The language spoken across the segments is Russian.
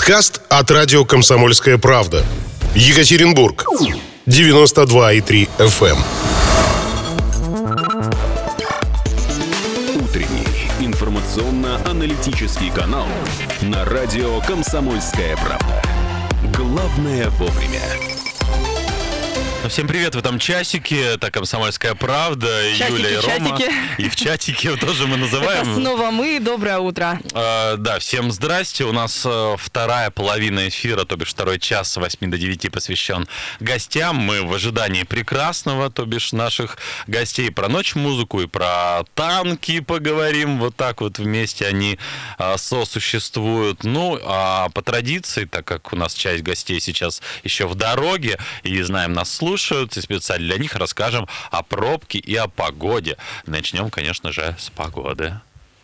Подкаст от радио «Комсомольская правда». Екатеринбург. 92,3 FM. Утренний информационно-аналитический канал на радио «Комсомольская правда». Главное вовремя. Всем привет в этом часике. Это «Комсомольская правда», Юля и Рома. И в чатике тоже мы называем. Это снова мы. Доброе утро. Да, всем здрасте. У нас вторая половина эфира, то бишь второй час с 8 до 9 посвящен гостям. Мы в ожидании прекрасного, то бишь наших гостей. Про ночь музыку и про танки поговорим. Вот так вот вместе они сосуществуют. Ну, а по традиции, так как у нас часть гостей сейчас еще в дороге и знаем, нас слушают, и специально для них расскажем о пробке и о погоде. Начнем, конечно же, с погоды.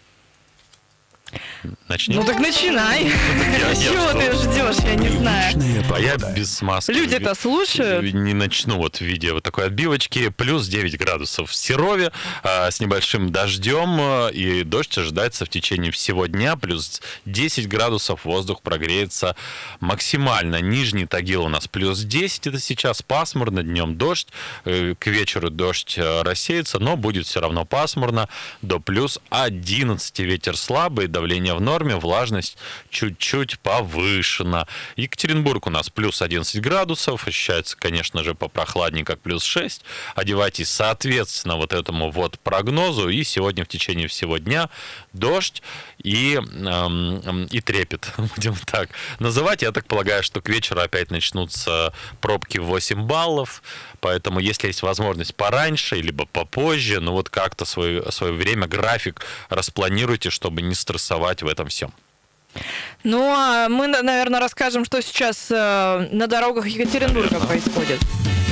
Начнем? Ну так начинай. Чего ты ждешь, я не знаю. Я без маски. Люди-то слушают. Не начну вот в виде вот такой отбивочки. Плюс 9 градусов в Серове с небольшим дождем. И дождь ожидается в течение всего дня. Плюс 10 градусов, воздух прогреется максимально. Нижний Тагил у нас плюс 10. Это сейчас пасмурно, днем дождь. К вечеру дождь рассеется, но будет все равно пасмурно. До плюс 11 ветер слабый. Давление в норме, влажность чуть-чуть повышена. Екатеринбург у нас плюс 11 градусов, ощущается, конечно же, попрохладнее, как плюс 6. Одевайтесь соответственно вот этому вот прогнозу. И сегодня в течение всего дня дождь и трепет, будем так называть. Я так полагаю, что к вечеру опять начнутся пробки в 8 баллов. Поэтому, если есть возможность пораньше, либо попозже, ну вот как-то свое время, график распланируйте, чтобы не стрессовать в этом всем. Ну, а мы, наверное, расскажем, что сейчас на дорогах Екатеринбурга происходит.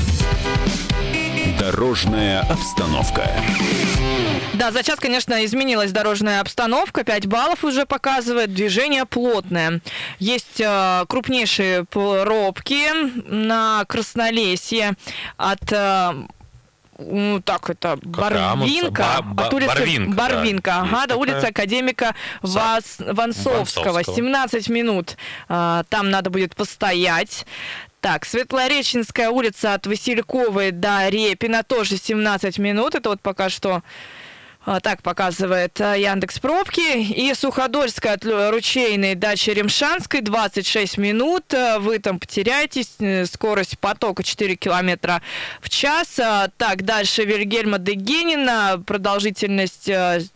Дорожная обстановка. Да, за час, конечно, изменилась дорожная обстановка. 5 баллов уже показывает. Движение плотное. Есть крупнейшие пробки на Краснолесье от... Барвинка, от улицы Барвинка, да, до улицы академика Ванцовского. 17 минут там надо будет постоять. Так, Светлореченская улица от Васильковой до Репина тоже 17 минут. Это вот пока что так показывает Яндекс.Пробки. И Суходольская от Ручейной до Черемшанской 26 минут. Вы там потеряетесь. Скорость потока 4 километра в час. Так, дальше Вильгельма Дегенина. Продолжительность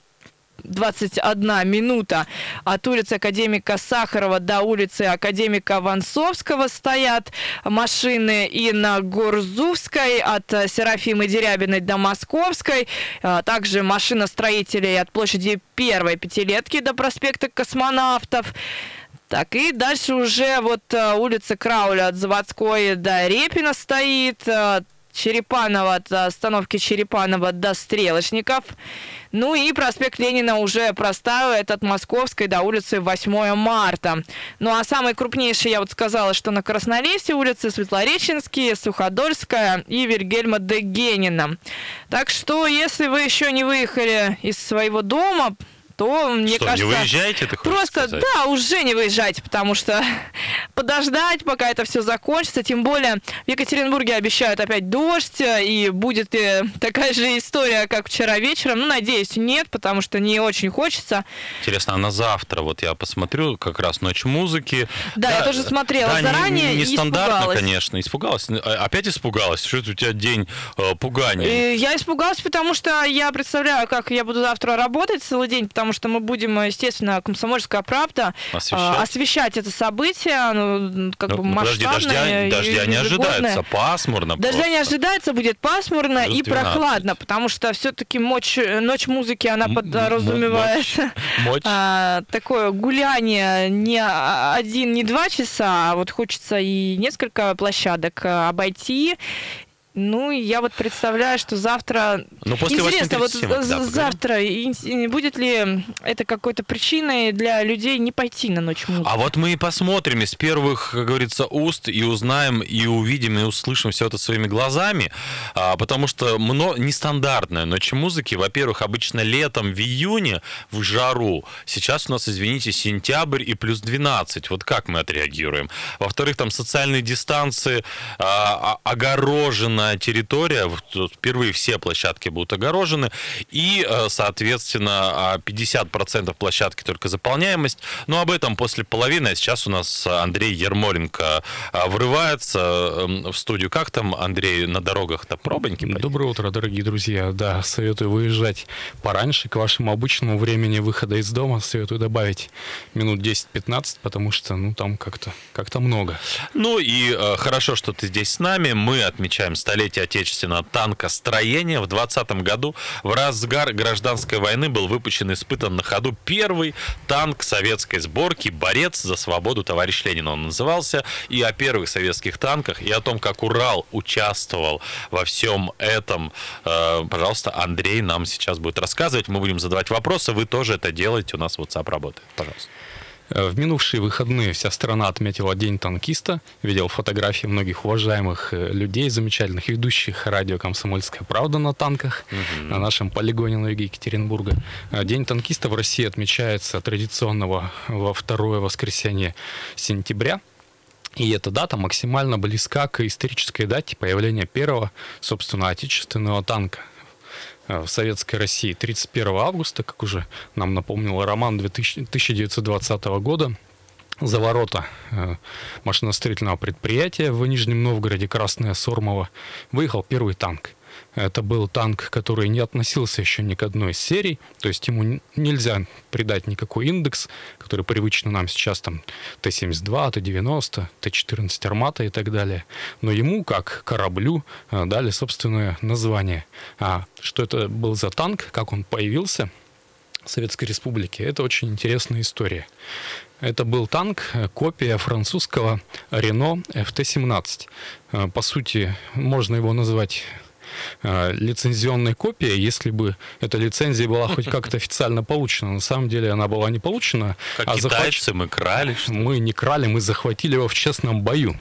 21 минута. От улицы академика Сахарова до улицы академика Ванцовского стоят машины, и на Гурзувской от Серафимы Дерябиной до Московской. Также машиностроителей от площади Первой Пятилетки до проспекта Космонавтов. Так, и дальше уже вот улица Крауля от Заводской до Репина стоит. Черепанова от остановки Черепанова до Стрелочников. Ну и проспект Ленина уже простаивает от Московской до улицы 8 марта. Ну а самые крупнейшие, я вот сказала, что на Краснолесье улицы Светлореченские, Суходольская и Вильгельма Дегенина. Так что, если вы еще не выехали из своего дома, то, мне кажется... не выезжаете, ты хочешь просто, сказать? Да, уже не выезжайте, потому что подождать, пока это все закончится. Тем более в Екатеринбурге обещают опять дождь, и будет такая же история, как вчера вечером. Ну, надеюсь, нет, потому что не очень хочется. Интересно, а на завтра, вот я посмотрю, как раз «Ночь музыки». Да, я тоже смотрела заранее и нестандартно, конечно, испугалась. Опять испугалась? Что это у тебя день пугания? Я испугалась, потому что я представляю, как я буду завтра работать целый день, потому что мы будем, естественно, «Комсомольская правда» освещать это событие, масштабное. Дождя не ожидается, пасмурно. Дождя не ожидается, будет пасмурно и прохладно, потому что все-таки «Ночь музыки», она подразумевает такое гуляние не 1, не 2 часа, а вот хочется и несколько площадок обойти. Ну, я вот представляю, что завтра... Ну, после Интересно, вот 8:37, завтра будет ли это какой-то причиной для людей не пойти на ночь музыки? А вот мы и посмотрим из первых, как говорится, уст, и узнаем, и увидим, и услышим все это своими глазами, потому что нестандартная ночь музыки, во-первых, обычно летом, в июне, в жару, сейчас у нас, извините, сентябрь и плюс 12, вот как мы отреагируем? Во-вторых, там социальные дистанции, огорожена территория, впервые все площадки будут огорожены, и, соответственно, 50% площадки только заполняемость, но об этом после половины, а сейчас у нас Андрей Ермоленко врывается в студию. Как там, Андрей, на дорогах-то пробоньки? Доброе утро, дорогие друзья. Да, советую выезжать пораньше, к вашему обычному времени выхода из дома. Советую добавить минут 10-15, потому что, там как-то много. Ну и хорошо, что ты здесь с нами. Мы отмечаем столетие отечественного танкостроения. В 2020 году в разгар гражданской войны был выпущен и испытан на ходу первый танк советской сборки «Борец за свободу, товарищ Ленин» он назывался. И о первых советских танках, и о том, как Урал участвовал во всем этом, пожалуйста, Андрей нам сейчас будет рассказывать. Мы будем задавать вопросы. Вы тоже это делаете. У нас WhatsApp работает. Пожалуйста. В минувшие выходные вся страна отметила День танкиста. Видел фотографии многих уважаемых людей, замечательных ведущих радио «Комсомольская правда» на танках на нашем полигоне на юге Екатеринбурга. День танкиста в России отмечается традиционно во второе воскресенье сентября. И эта дата максимально близка к исторической дате появления первого, собственно, отечественного танка в Советской России. 31 августа, как уже нам напомнил Роман, 1920 года, за ворота машиностроительного предприятия в Нижнем Новгороде Красное Сормово выехал первый танк. Это был танк, который не относился еще ни к одной из серий, то есть ему нельзя придать никакой индекс, который привычно нам сейчас, там Т-72, Т-90, Т-14 «Армата» и так далее. Но ему, как кораблю, дали собственное название. А что это был за танк, как он появился в Советской Республике, это очень интересная история. Это был танк, копия французского Renault FT-17. По сути, можно его назвать лицензионной копией, если бы эта лицензия была хоть как-то официально получена. На самом деле она была не получена. Как китайцы, мы крали? Мы не крали, мы захватили его в честном бою.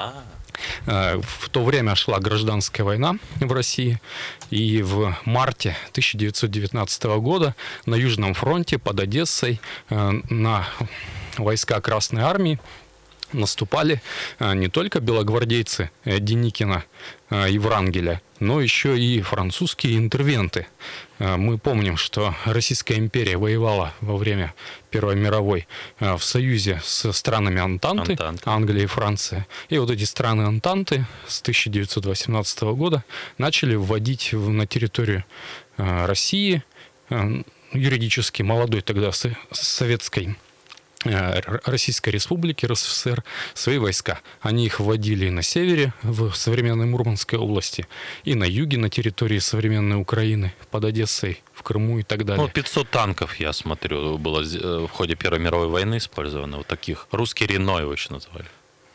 В то время шла гражданская война в России, и в марте 1919 года на Южном фронте под Одессой на войска Красной Армии наступали не только белогвардейцы Деникина и Врангеля, но еще и французские интервенты. Мы помним, что Российская империя воевала во время Первой мировой в союзе с странами Антанты, Англия и Франция. И вот эти страны Антанты с 1918 года начали вводить на территорию России, юридически молодой тогда советской Российской Республики, РСФСР, свои войска. Они их вводили и на севере, в современной Мурманской области, и на юге, на территории современной Украины, под Одессой, в Крыму и так далее. 500 танков, я смотрю, было в ходе Первой мировой войны использовано. Вот таких. Русский Рено его еще называли.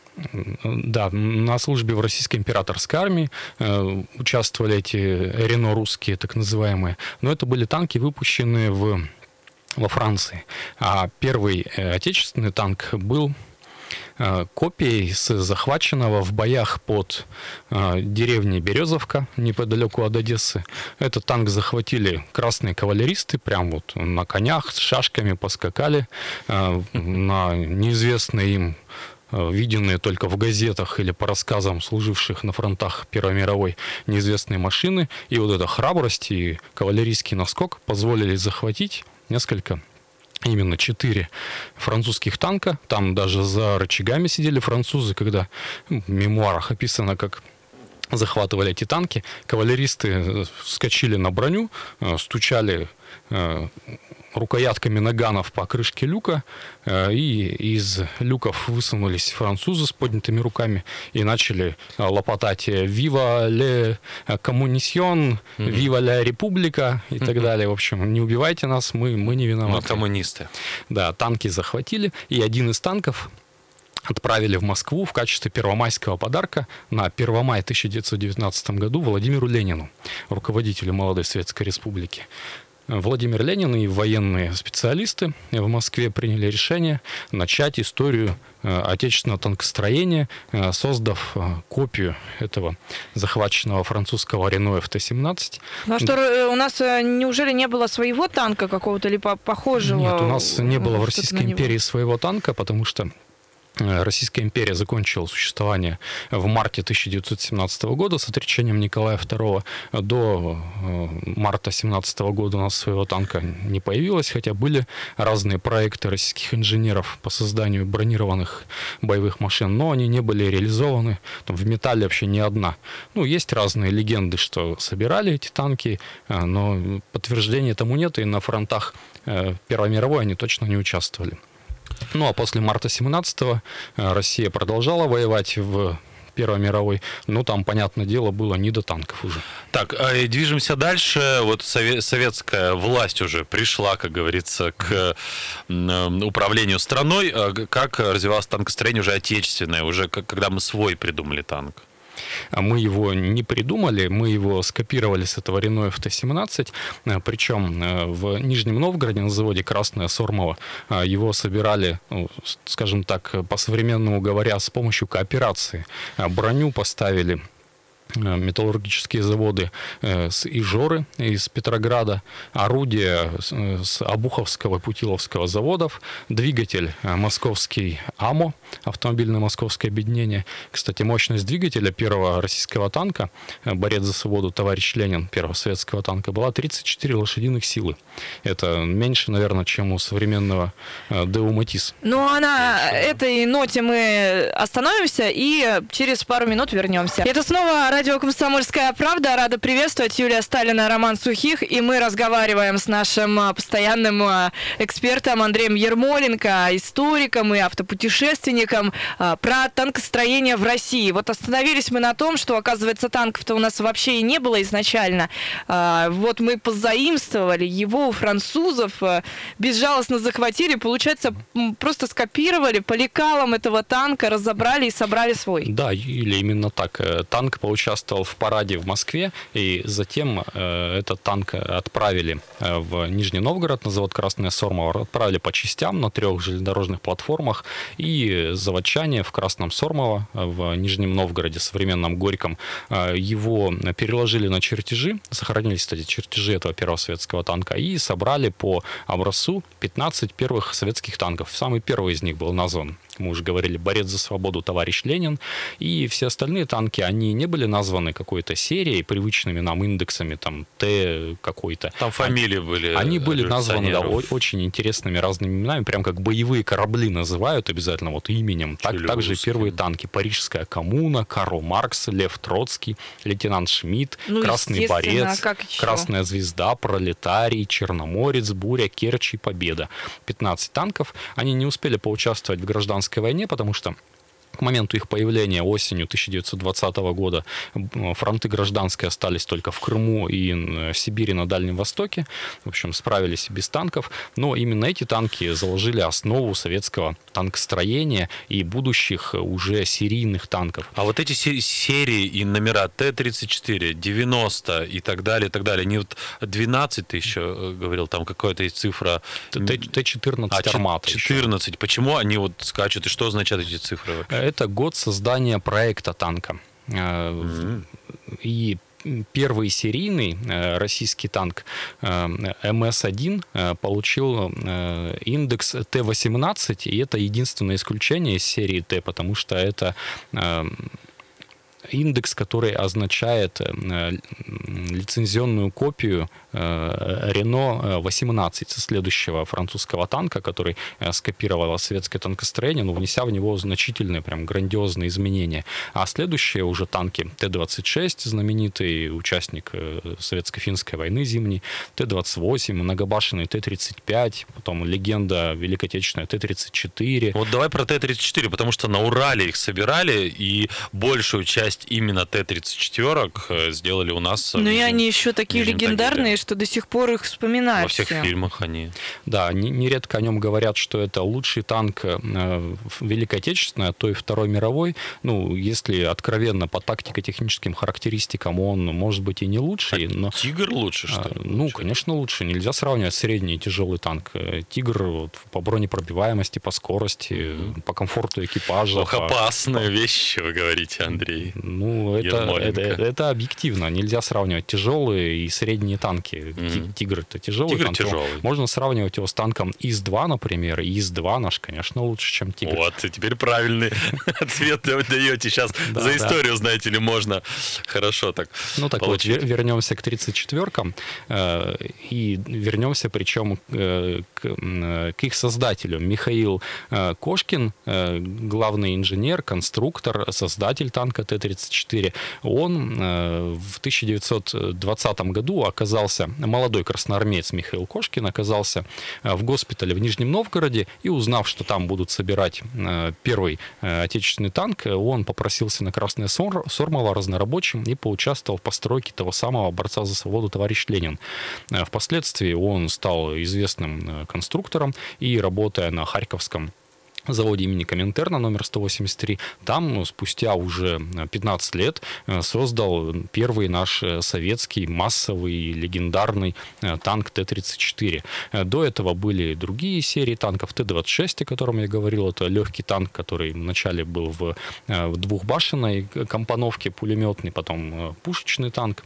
Да, на службе в Российской императорской армии участвовали эти Рено русские, так называемые. Но это были танки, выпущенные во Франции. А первый отечественный танк был копией с захваченного в боях под деревней Березовка, неподалеку от Одессы. Этот танк захватили красные кавалеристы, прям вот на конях, с шашками поскакали на неизвестные им, виденные только в газетах или по рассказам служивших на фронтах Первой мировой неизвестные машины. И вот эта храбрость и кавалерийский наскок позволили захватить именно 4 французских танка. Там даже за рычагами сидели французы, когда в мемуарах описано, как захватывали эти танки. Кавалеристы вскочили на броню, стучали рукоятками наганов по крышке люка, и из люков высунулись французы с поднятыми руками и начали лопотать «Вива ле коммунисьон», «Вива ля република» и так далее. В общем, не убивайте нас, мы не виноваты. Мы коммунисты. Да, танки захватили, и один из танков отправили в Москву в качестве первомайского подарка на 1 мая 1919 году Владимиру Ленину, руководителю Молодой Советской Республики. Владимир Ленин и военные специалисты в Москве приняли решение начать историю отечественного танкостроения, создав копию этого захваченного французского Рено ФТ-17. Ну а что, у нас неужели не было своего танка какого-то или похожего? Нет, у нас не было в Российской империи своего танка, потому что Российская империя закончила существование в марте 1917 года с отречением Николая II. До марта 1917 года у нас своего танка не появилось, хотя были разные проекты российских инженеров по созданию бронированных боевых машин, но они не были реализованы. Там в металле вообще ни одна. Ну, есть разные легенды, что собирали эти танки, но подтверждения тому нет, и на фронтах Первой мировой они точно не участвовали. Ну, а после марта 17-го Россия продолжала воевать в Первой мировой, но там, понятное дело, было не до танков уже. Так, движемся дальше. Вот советская власть уже пришла, как говорится, к управлению страной. Как развивалось танкостроение уже отечественное, уже когда мы свой придумали танк? Мы его не придумали, мы его скопировали с этого Рено ФТ-17, причем в Нижнем Новгороде на заводе «Красная Сормова» его собирали, скажем так, по-современному говоря, с помощью кооперации. Броню поставили металлургические заводы с Ижоры, из Петрограда, орудия с Обуховского и Путиловского заводов, двигатель московский АМО, автомобильное московское объединение. Кстати, мощность двигателя первого российского танка, борец за свободу товарищ Ленин, первого советского танка, была 34 лошадиных силы. Это меньше, наверное, чем у современного ДУ «Матис». Ну, а на этой ноте мы остановимся и через пару минут вернемся. Это снова радио «Комсомольская правда». Рада приветствовать Юлия Сталина, Роман Сухих. И мы разговариваем с нашим постоянным экспертом Андреем Ермоленко, историком и автопутешественником, про танкостроение в России. Вот остановились мы на том, что, оказывается, танков-то у нас вообще и не было изначально. Вот мы позаимствовали его у французов, безжалостно захватили, получается, просто скопировали по лекалам этого танка, разобрали и собрали свой. Да, или именно так. Танк поучаствовал в параде в Москве, и затем этот танк отправили в Нижний Новгород на завод «Красная Сормова», отправили по частям на 3 железнодорожных платформах, и заводчане в Красном Сормово, в Нижнем Новгороде, современном Горьком, его переложили на чертежи, сохранились, кстати, чертежи этого первого советского танка, и собрали по образцу 15 первых советских танков. Самый первый из них был назван, мы уже говорили, борец за свободу товарищ Ленин, и все остальные танки, они не были названы какой-то серией, привычными нам индексами, там, Т какой-то. Там фамилии были. Они были названы, да, очень интересными разными именами, прям как боевые корабли называют обязательно вот именем. Также первые танки. Парижская коммуна, Карл Маркс, Лев Троцкий, лейтенант Шмидт, Красный борец, Красная звезда, Пролетарий, Черноморец, Буря, Керчь и Победа. 15 танков. Они не успели поучаствовать в гражданской войне, потому что к моменту их появления осенью 1920 года фронты гражданские остались только в Крыму и в Сибири, на Дальнем Востоке. В общем, справились без танков. Но именно эти танки заложили основу советского танкостроения и будущих уже серийных танков. А вот эти серии и номера Т-34, 90 и так далее, не вот 12 ты еще говорил, там какая-то есть цифра. Т-14 «Армата». 14. Еще. Почему они вот скачут и что означают эти цифры вообще? Это год создания проекта танка. И первый серийный российский танк МС-1 получил индекс Т-18, и это единственное исключение из серии Т, потому что это индекс, который означает лицензионную копию Рено 18, следующего французского танка, который скопировало советское танкостроение, но внеся в него значительные, прям грандиозные изменения. А следующие уже танки Т-26, знаменитый участник советско-финской войны зимней, Т-28, многобашенный Т-35, потом легенда Великой Отечественной Т-34. Вот давай про Т-34, потому что на Урале их собирали, и большую часть 6 именно Т-34 сделали у нас. Ну и они еще такие легендарные, что до сих пор их вспоминают. Во всех фильмах они. Да, нередко о нем говорят, что это лучший танк Великой Отечественной, а то и Второй мировой. Ну, если откровенно по тактико-техническим характеристикам он, может быть, и не лучший. Но «Тигр» лучше, что ли? Ну, конечно, лучше. Нельзя сравнивать средний и тяжелый танк. «Тигр» вот, по бронепробиваемости, по скорости, по комфорту экипажа. Ох, опасные вещи, вы говорите, Андрей. Ну, это объективно. Нельзя сравнивать тяжелые и средние танки. «Тигр» — это тяжелый танк. Тяжелый. Можно сравнивать его с танком ИС-2, например. И ИС-2 наш, конечно, лучше, чем «Тигр». Вот, и теперь правильный ответ даете сейчас. За историю, знаете ли, можно хорошо так. Ну так вот, вернемся к 34-кам. И вернемся, причем, к их создателю. Михаил Кошкин, главный инженер, конструктор, создатель танка Т-34. Он в 1920 году оказался, молодой красноармеец Михаил Кошкин оказался в госпитале в Нижнем Новгороде, и узнав, что там будут собирать первый отечественный танк, он попросился на Красное Сормово разнорабочим и поучаствовал в постройке того самого борца за свободу «Товарищ Ленин». Впоследствии он стал известным конструктором и, работая на Харьковском заводе имени Коминтерна номер 183, там спустя уже 15 лет создал первый наш советский массовый легендарный танк Т-34. До этого были другие серии танков. Т-26, о котором я говорил, это легкий танк, который вначале был в двухбашенной компоновке пулеметный, потом пушечный танк.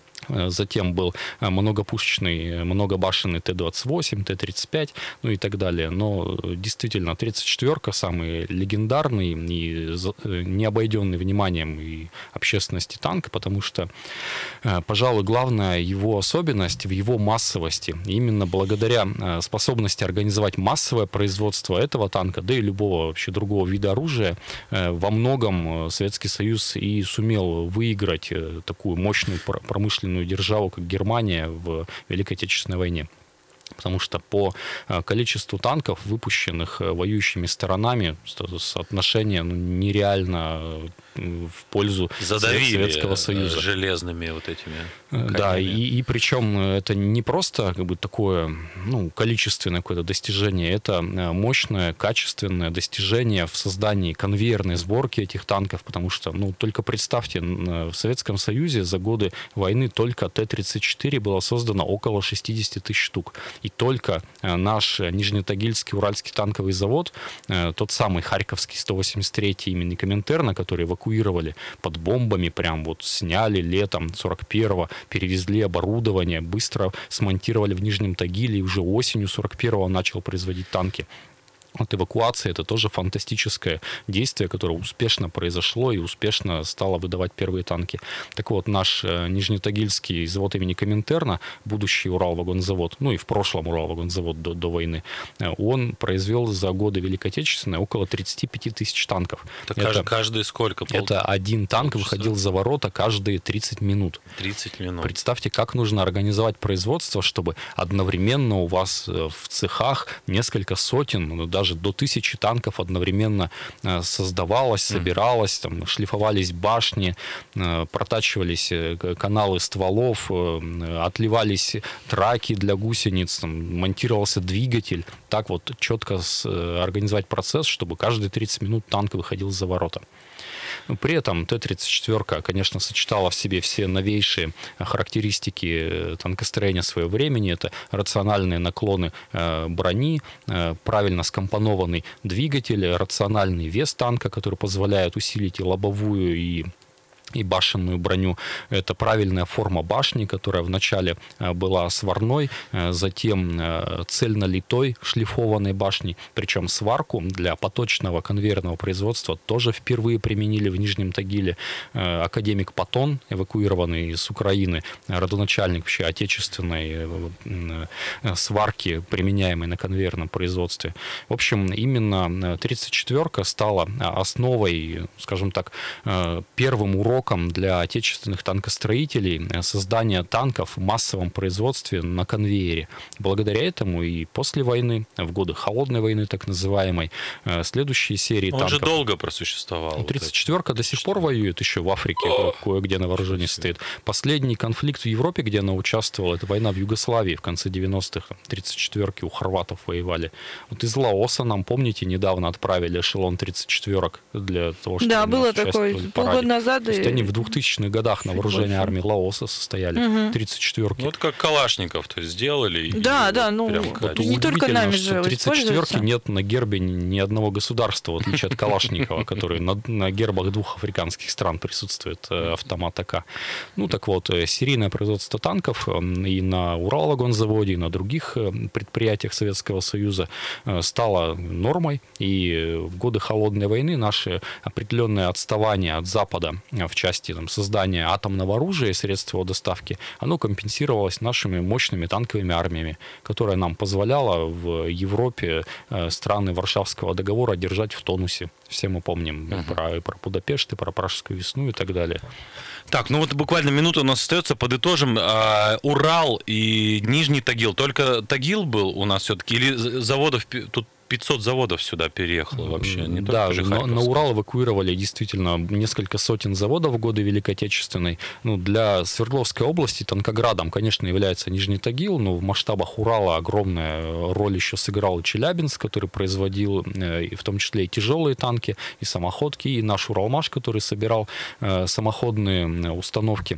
Затем был многопушечный, многобашенный Т-28, Т-35, ну и так далее. Но действительно, 34-ка самый легендарный и не обойденный вниманием и общественности танк, потому что, пожалуй, главная его особенность в его массовости. И именно благодаря способности организовать массовое производство этого танка, да и любого вообще другого вида оружия, во многом Советский Союз и сумел выиграть такую мощную промышленную державу, как Германия, в Великой Отечественной войне. Потому что по количеству танков, выпущенных воюющими сторонами, соотношение нереально в пользу Советского Союза. Железными вот этими конями. Да, и причем это не просто как бы такое количественное какое-то достижение, это мощное, качественное достижение в создании конвейерной сборки этих танков, потому что, только представьте, в Советском Союзе за годы войны только Т-34 было создано около 60 тысяч штук. И только наш Нижнетагильский Уральский танковый завод, тот самый Харьковский 183 имени Коминтерна, который эвакуировали под бомбами, прям вот сняли летом 41-го, перевезли оборудование, быстро смонтировали в Нижнем Тагиле, и уже осенью 41-го начал производить танки. Вот эвакуация — это тоже фантастическое действие, которое успешно произошло и успешно стало выдавать первые танки. Так вот, наш Нижнетагильский завод имени Коминтерна, будущий Уралвагонзавод, и в прошлом Уралвагонзавод до войны, он произвел за годы Великой Отечественной около 35 тысяч танков. Это каждый сколько? Это один танк выходил за ворота каждые 30 минут. 30 минут. Представьте, как нужно организовать производство, чтобы одновременно у вас в цехах несколько сотен, даже до 1000 танков одновременно создавалось, собиралось, там, шлифовались башни, протачивались каналы стволов, отливались траки для гусениц, там, монтировался двигатель. Так вот четко организовать процесс, чтобы каждые 30 минут танк выходил за ворота. При этом Т-34, конечно, сочетала в себе все новейшие характеристики танкостроения своего времени. Это рациональные наклоны брони, правильно скомпонованный двигатель, рациональный вес танка, который позволяет усилить и лобовую, и башенную броню. Это правильная форма башни, которая вначале была сварной, затем цельнолитой шлифованной башней. Причем сварку для поточного конвейерного производства тоже впервые применили в Нижнем Тагиле. Академик Патон, эвакуированный с Украины, родоначальник вообще отечественной сварки, применяемой на конвейерном производстве. В общем, именно 34-ка стала основой, скажем так, первым уроком уроком для отечественных танкостроителей создание танков в массовом производстве на конвейере. Благодаря этому и после войны, в годы холодной войны так называемой, следующие серии танков... Он же долго просуществовал. 34-ка до сих пор воюет еще в Африке, кое-где на вооружении стоит. Последний конфликт в Европе, где она участвовала, это война в Югославии в конце 90-х. 34-ки у хорватов воевали. Вот из Лаоса нам, помните, недавно отправили эшелон 34-ок для того, чтобы... Да, было такое полгода назад. То есть они в 2000-х годах на вооружении армии Лаоса состояли. 34-ки. Вот как Калашников, то есть сделали. Да, ну, Вот не только нами же 34-ки нет на гербе ни одного государства, в отличие от Калашникова, который на гербах 2 африканских стран присутствует, автомат АК. Ну, так вот, серийное производство танков и на Уралвагонзаводе, и на других предприятиях Советского Союза стало нормой, и в годы холодной войны наше определенное отставание от Запада в части создания атомного оружия и средств его доставки, оно компенсировалось нашими мощными танковыми армиями, которая нам позволяла в Европе страны Варшавского договора держать в тонусе. Все мы помним про Будапешт, и про Пражскую весну и так далее. Так, ну вот буквально минута у нас остается, подытожим. Урал и Нижний Тагил. Только Тагил был у нас все-таки? Или заводов тут 500 заводов сюда переехало вообще? Не да, на Урал эвакуировали действительно несколько сотен заводов в годы Великой Отечественной. Ну, для Свердловской области Танкоградом, конечно, является Нижний Тагил, но в масштабах Урала огромная роль еще сыграл Челябинск, который производил в том числе и тяжелые танки, и самоходки, и наш Уралмаш, который собирал самоходные установки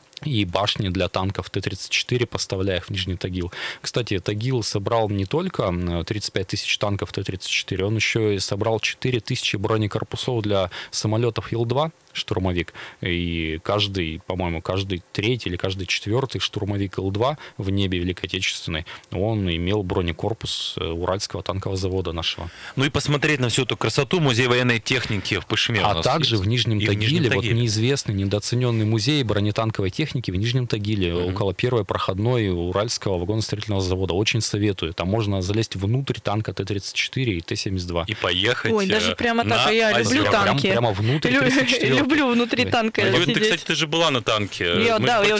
и башни для танков Т-34, поставляя их в Нижний Тагил. Кстати, Тагил собрал не только 35 тысяч танков Т-34, он еще и собрал 4 тысячи бронекорпусов для самолетов Ил-2, штурмовик. И каждый, по-моему, каждый третий или каждый четвертый штурмовик Ил-2 в небе Великой Отечественной, он имел бронекорпус Уральского танкового завода нашего. Ну и посмотреть на всю эту красоту музей военной техники в Пышме. А также есть. В Нижнем Тагиле, вот неизвестный, недооцененный музей бронетанковой техники в Нижнем Тагиле, около первой проходной Уральского вагоностроительного завода. Очень советую. Там можно залезть внутрь танка Т-34 и Т-72. И поехать. Ой, даже прямо так, я люблю танки. Прямо внутрь Т-34. Люблю внутри танка сидеть. Ты, кстати, ты же была на танке. Я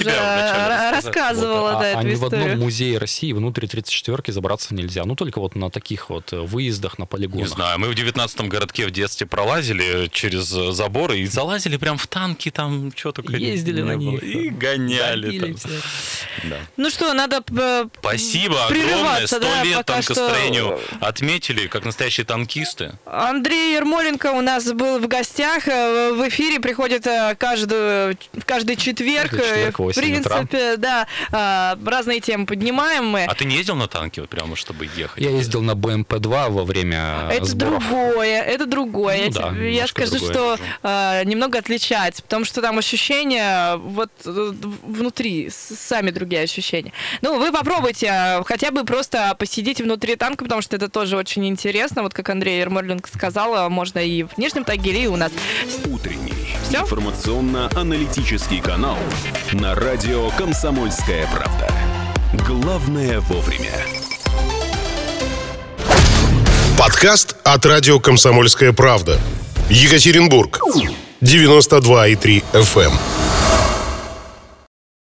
уже рассказывала эту ни историю. в одном музее России внутри 34-ки забраться нельзя. Ну, только вот на таких вот выездах, на полигонах. Не знаю, мы в 19-м городке в детстве пролазили через заборы и залазили прям в танки, там что только ездили на них. И гоняли там. Да. Ну что, надо спасибо огромное. 100 лет танкостроению отметили, как настоящие танкисты. Андрей Ермоленко у нас был в гостях. В эфире приходит каждый четверг. В принципе, да, разные темы поднимаем мы. А ты не ездил на танке, вот прямо чтобы ехать? Я ездил на БМП-2 во время сборов. Это другое. Я скажу, что немного отличается, потому что там ощущения вот внутри, сами другие ощущения. Ну, вы попробуйте хотя бы просто посидеть внутри танка, потому что это тоже очень интересно. Вот как Андрей Ермоленко сказал, можно и в Нижнем Тагиле, и у нас. Утренний информационно-аналитический канал на радио «Комсомольская правда». Главное вовремя. Подкаст от радио «Комсомольская правда». Екатеринбург. 92,3 FM.